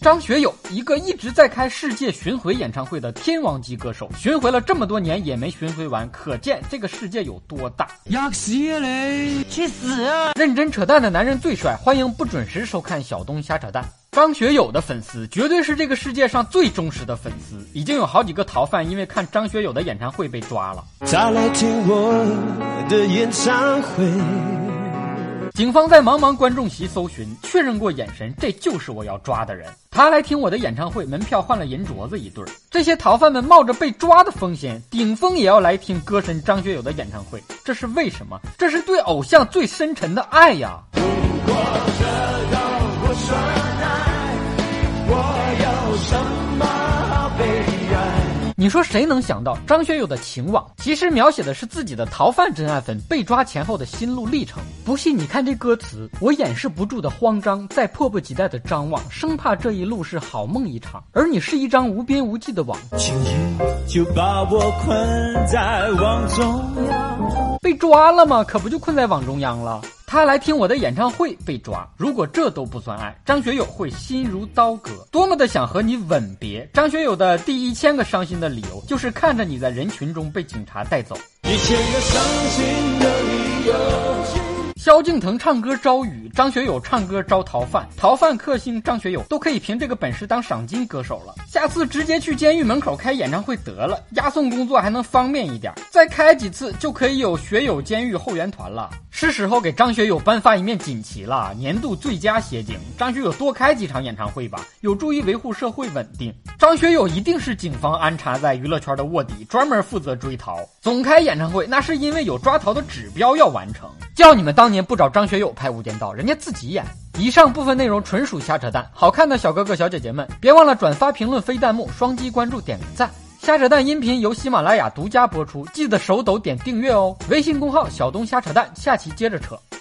张学友，一个一直在开世界巡回演唱会的天王级歌手，巡回了这么多年也没巡回完，可见这个世界有多大。 吔屎啊你！去死啊！ 认真扯淡的男人最帅，欢迎不准时收看小东瞎扯淡。张学友的粉丝绝对是这个世界上最忠实的粉丝，已经有好几个逃犯因为看张学友的演唱会被抓了。 再来听我的演唱会。 警方在茫茫观众席搜寻，确认过眼神，这就是我要抓的人。他来听我的演唱会，门票换了银镯子一对。这些逃犯们冒着被抓的风险，顶风也要来听歌神张学友的演唱会，这是为什么？这是对偶像最深沉的爱呀！如果这样不算爱，我有什么好悲哀？你说谁能想到张学友的情网其实描写的是自己的逃犯真爱粉被抓前后的心路历程？不信你看这歌词，我掩饰不住的慌张，在迫不及待的张望，生怕这一路是好梦一场，而你是一张无边无际的网， 轻易就把我困在网中央。 被抓了吗？可不就困在网中央了。他来听我的演唱会被抓，如果这都不算爱，张学友会心如刀割，多么的想和你吻别。张学友的第1000个伤心的理由，就是看着你在人群中被警察带走。 1000个伤心的理由。 萧敬腾唱歌招雨，张学友唱歌招逃犯，逃犯克星张学友都可以凭这个本事当赏金歌手了。下次直接去监狱门口开演唱会得了，押送工作还能方便一点，再开几次就可以有学友监狱后援团了。是时候给张学友颁发一面锦旗了，年度最佳协警。张学友多开几场演唱会吧，有助于维护社会稳定。张学友一定是警方安插在娱乐圈的卧底，专门负责追逃。总开演唱会那是因为有抓逃的指标要完成。叫你们当年不找张学友拍《无间道》，人家自己演。以上部分内容纯属瞎扯淡，好看的小哥哥小姐姐们别忘了转发评论飞弹幕，双击关注点个赞。瞎扯淡音频由喜马拉雅独家播出，记得手抖点订阅哦。微信公号小东瞎扯淡，下期接着扯。